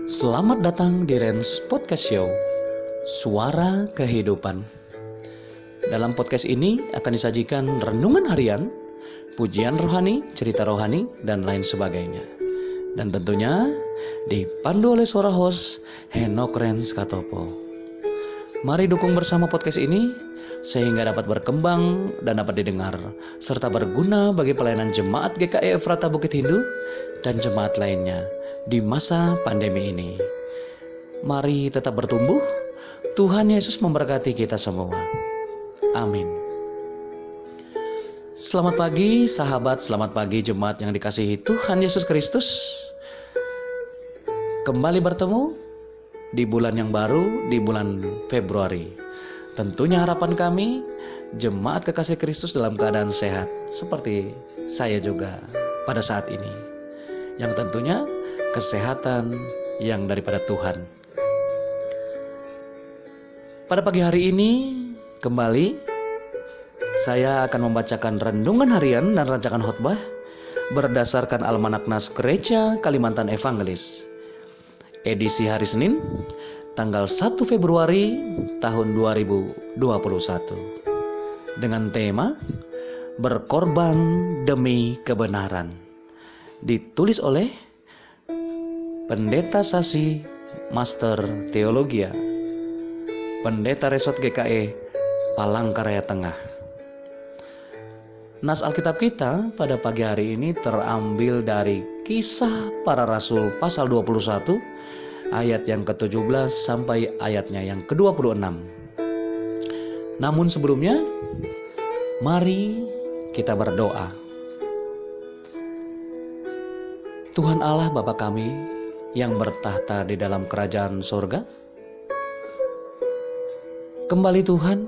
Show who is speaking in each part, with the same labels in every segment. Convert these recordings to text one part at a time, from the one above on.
Speaker 1: Selamat datang di Rens Podcast Show, Suara Kehidupan. Dalam podcast ini akan disajikan renungan harian, pujian rohani, cerita rohani, dan lain sebagainya. Dan tentunya dipandu oleh suara host Henok Rens Katopo. Mari dukung bersama podcast ini sehingga dapat berkembang dan dapat didengar, serta berguna bagi pelayanan Jemaat GKI Efrata Bukit Hindu dan jemaat lainnya di masa pandemi ini. Mari tetap bertumbuh. Tuhan Yesus memberkati kita semua. Amin. Selamat pagi sahabat, selamat pagi jemaat yang dikasihi Tuhan Yesus Kristus. Kembali bertemu di bulan yang baru, di bulan Februari. Tentunya harapan kami jemaat kekasih Kristus dalam keadaan sehat seperti saya juga pada saat ini. Yang tentunya kesehatan yang daripada Tuhan. Pada pagi hari ini kembali saya akan membacakan renungan harian dan rancangan khotbah berdasarkan Almanak Nas Gereja Kalimantan Evangelis, edisi hari Senin tanggal 1 Februari tahun 2021 dengan tema Berkorban Demi Kebenaran, ditulis oleh Pendeta Sasi Master Teologia, Pendeta Resort GKE Palangkaraya Tengah. Nas Alkitab kita pada pagi hari ini terambil dari Kisah Para Rasul pasal 21 ayat yang ke-17 sampai ayatnya yang ke-26. Namun sebelumnya, mari kita berdoa. Tuhan Allah Bapa kami yang bertahta di dalam kerajaan surga, kembali Tuhan,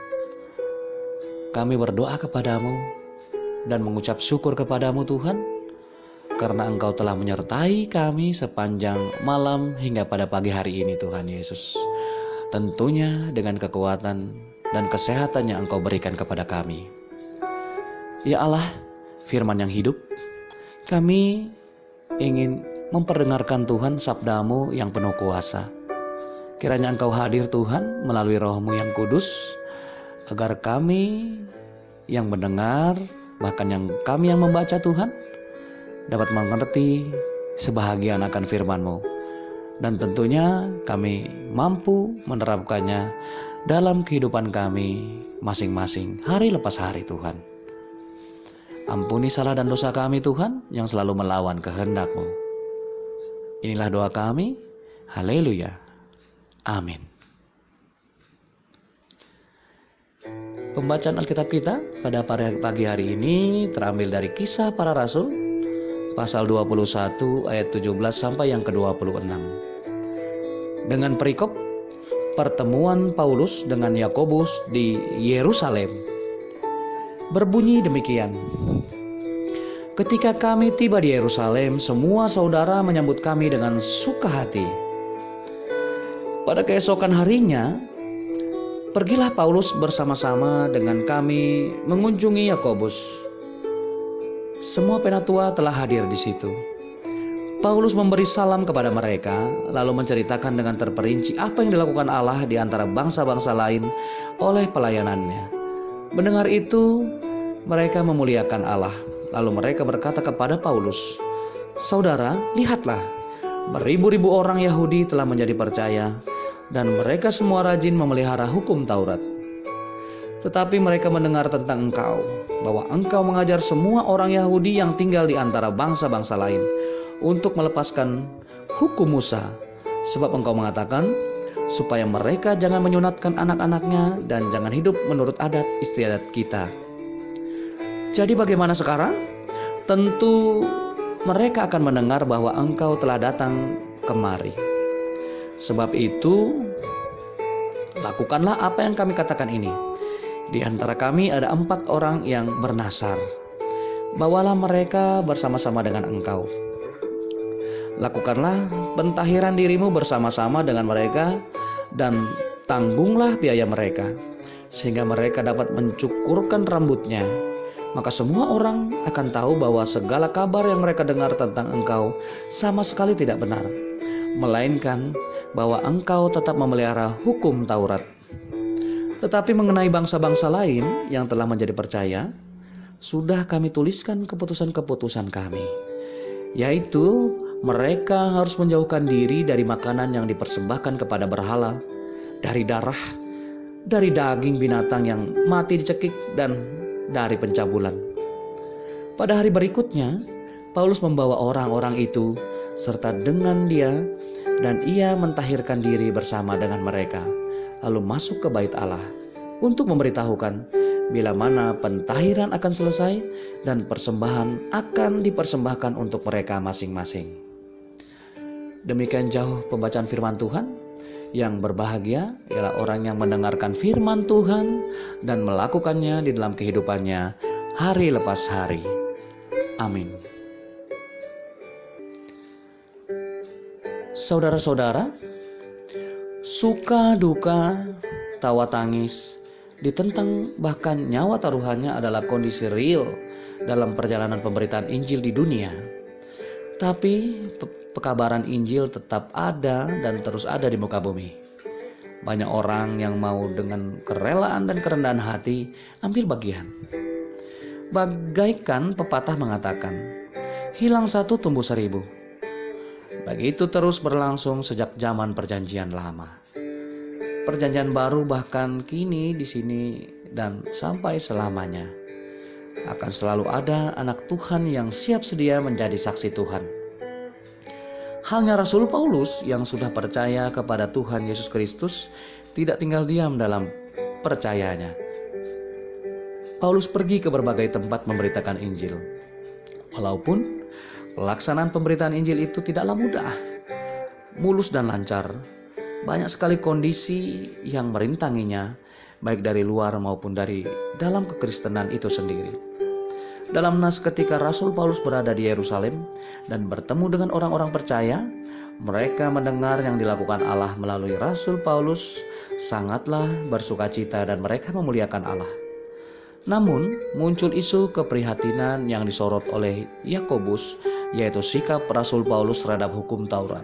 Speaker 1: kami berdoa kepadamu dan mengucap syukur kepadamu Tuhan, karena Engkau telah menyertai kami sepanjang malam hingga pada pagi hari ini Tuhan Yesus. Tentunya dengan kekuatan dan kesehatan yang Engkau berikan kepada kami. Ya Allah, firman yang hidup, kami ingin memperdengarkan Tuhan sabdamu yang penuh kuasa. Kiranya Engkau hadir Tuhan melalui roh-Mu yang kudus, agar kami yang mendengar, bahkan kami yang membaca Tuhan, dapat mengerti sebahagian akan firman-Mu. Dan tentunya kami mampu menerapkannya dalam kehidupan kami masing-masing hari lepas hari Tuhan. Ampuni salah dan dosa kami Tuhan yang selalu melawan kehendak-Mu. Inilah doa kami. Haleluya. Amin. Pembacaan Alkitab kita pada pagi hari ini terambil dari Kisah Para Rasul pasal 21 ayat 17 sampai yang ke-26. Dengan perikop pertemuan Paulus dengan Yakobus di Yerusalem berbunyi demikian. Ketika kami tiba di Yerusalem, semua saudara menyambut kami dengan suka hati. Pada keesokan harinya, pergilah Paulus bersama-sama dengan kami mengunjungi Yakobus. Semua penatua telah hadir di situ. Paulus memberi salam kepada mereka, lalu menceritakan dengan terperinci apa yang dilakukan Allah di antara bangsa-bangsa lain oleh pelayanannya. Mendengar itu, mereka memuliakan Allah. Lalu mereka berkata kepada Paulus, "Saudara, lihatlah, beribu-ribu orang Yahudi telah menjadi percaya, dan mereka semua rajin memelihara hukum Taurat. Tetapi mereka mendengar tentang engkau, bahwa engkau mengajar semua orang Yahudi yang tinggal di antara bangsa-bangsa lain untuk melepaskan hukum Musa, sebab engkau mengatakan supaya mereka jangan menyunatkan anak-anaknya dan jangan hidup menurut adat istiadat kita. Jadi bagaimana sekarang? Tentu mereka akan mendengar bahwa engkau telah datang kemari. Sebab itu, lakukanlah apa yang kami katakan ini. Di antara kami ada 4 orang yang bernasar. Bawalah mereka bersama-sama dengan engkau. Lakukanlah pentahiran dirimu bersama-sama dengan mereka dan tanggunglah biaya mereka, sehingga mereka dapat mencukurkan rambutnya. Maka semua orang akan tahu bahwa segala kabar yang mereka dengar tentang engkau sama sekali tidak benar. melainkan bahwa engkau tetap memelihara hukum Taurat. Tetapi mengenai bangsa-bangsa lain yang telah menjadi percaya, sudah kami tuliskan keputusan-keputusan kami, yaitu mereka harus menjauhkan diri dari makanan yang dipersembahkan kepada berhala, dari darah, dari daging binatang yang mati dicekik, dan dari pencabulan. Pada hari berikutnya, Paulus membawa orang-orang itu serta dengan dia, dan ia mentahirkan diri bersama dengan mereka, lalu masuk ke bait Allah untuk memberitahukan bila mana pentahiran akan selesai dan persembahan akan dipersembahkan untuk mereka masing-masing. Demikian jauh pembacaan firman Tuhan. Yang berbahagia ialah orang yang mendengarkan firman Tuhan dan melakukannya di dalam kehidupannya hari lepas hari. Amin. Saudara-saudara, suka duka, tawa tangis, ditentang bahkan nyawa taruhannya adalah kondisi real dalam perjalanan pemberitaan Injil di dunia. Tapi pekabaran Injil tetap ada dan terus ada di muka bumi. Banyak orang yang mau dengan kerelaan dan kerendahan hati ambil bagian. Bagaikan pepatah mengatakan, hilang satu tumbuh seribu. Begitu terus berlangsung sejak zaman perjanjian lama. Perjanjian baru bahkan kini di sini dan sampai selamanya. Akan selalu ada anak Tuhan yang siap sedia menjadi saksi Tuhan. Halnya Rasul Paulus yang sudah percaya kepada Tuhan Yesus Kristus tidak tinggal diam dalam percayanya. Paulus pergi ke berbagai tempat memberitakan Injil. Walaupun pelaksanaan pemberitaan Injil itu tidaklah mudah, mulus dan lancar. Banyak sekali kondisi yang merintanginya, baik dari luar maupun dari dalam kekristenan itu sendiri. Dalam nas ketika Rasul Paulus berada di Yerusalem dan bertemu dengan orang-orang percaya, mereka mendengar yang dilakukan Allah melalui Rasul Paulus, sangatlah bersukacita dan mereka memuliakan Allah. Namun muncul isu keprihatinan yang disorot oleh Yakobus, yaitu sikap Rasul Paulus terhadap hukum Taurat.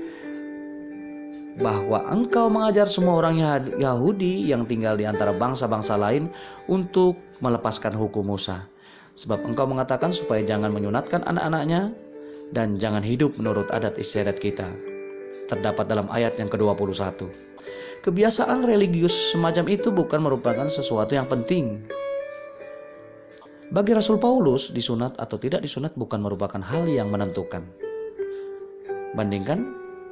Speaker 1: Bahwa engkau mengajar semua orang Yahudi yang tinggal di antara bangsa-bangsa lain untuk melepaskan hukum Musa. Sebab engkau mengatakan supaya jangan menyunatkan anak-anaknya dan jangan hidup menurut adat istiadat kita. Terdapat dalam ayat yang ke-21. Kebiasaan religius semacam itu bukan merupakan sesuatu yang penting. Bagi Rasul Paulus, disunat atau tidak disunat bukan merupakan hal yang menentukan. Bandingkan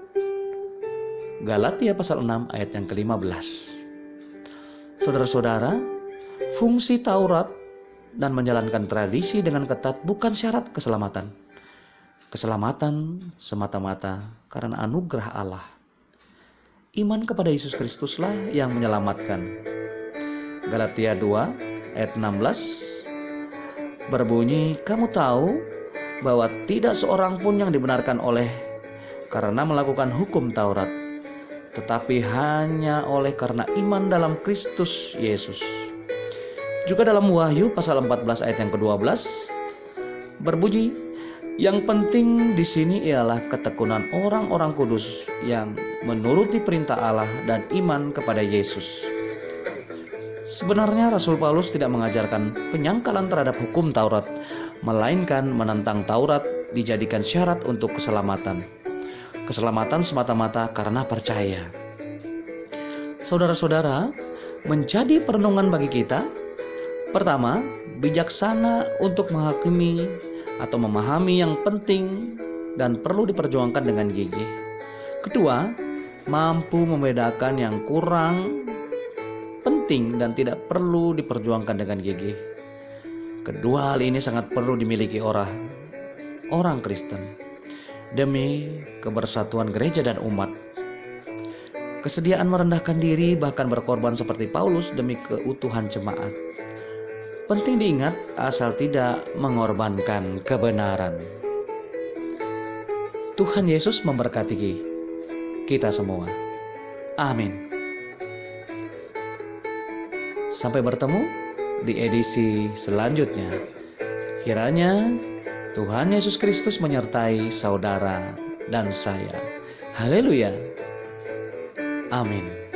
Speaker 1: Galatia pasal 6 ayat yang ke-15. Saudara-saudara, fungsi Taurat dan menjalankan tradisi dengan ketat bukan syarat keselamatan. Keselamatan semata-mata karena anugerah Allah. Iman kepada Yesus Kristuslah yang menyelamatkan. Galatia 2 ayat 16 berbunyi, kamu tahu bahwa tidak seorang pun yang dibenarkan oleh karena melakukan hukum Taurat, tetapi hanya oleh karena iman dalam Kristus Yesus. Juga dalam Wahyu pasal 14 ayat yang ke-12 berbunyi, yang penting di sini ialah ketekunan orang-orang kudus yang menuruti perintah Allah dan iman kepada Yesus. Sebenarnya Rasul Paulus tidak mengajarkan penyangkalan terhadap hukum Taurat, melainkan menentang Taurat dijadikan syarat untuk keselamatan. Keselamatan semata-mata karena percaya. Saudara-saudara, menjadi perenungan bagi kita. Pertama, bijaksana untuk menghakimi atau memahami yang penting dan perlu diperjuangkan dengan gigih. Kedua, mampu membedakan yang kurang penting dan tidak perlu diperjuangkan dengan gigih. Kedua hal ini sangat perlu dimiliki orang Kristen demi kebersatuan gereja dan umat. Kesediaan merendahkan diri bahkan berkorban seperti Paulus demi keutuhan jemaat. Penting diingat asal tidak mengorbankan kebenaran. Tuhan Yesus memberkati kita semua. Amin. Sampai bertemu di edisi selanjutnya. Kiranya Tuhan Yesus Kristus menyertai saudara dan saya. Haleluya. Amin.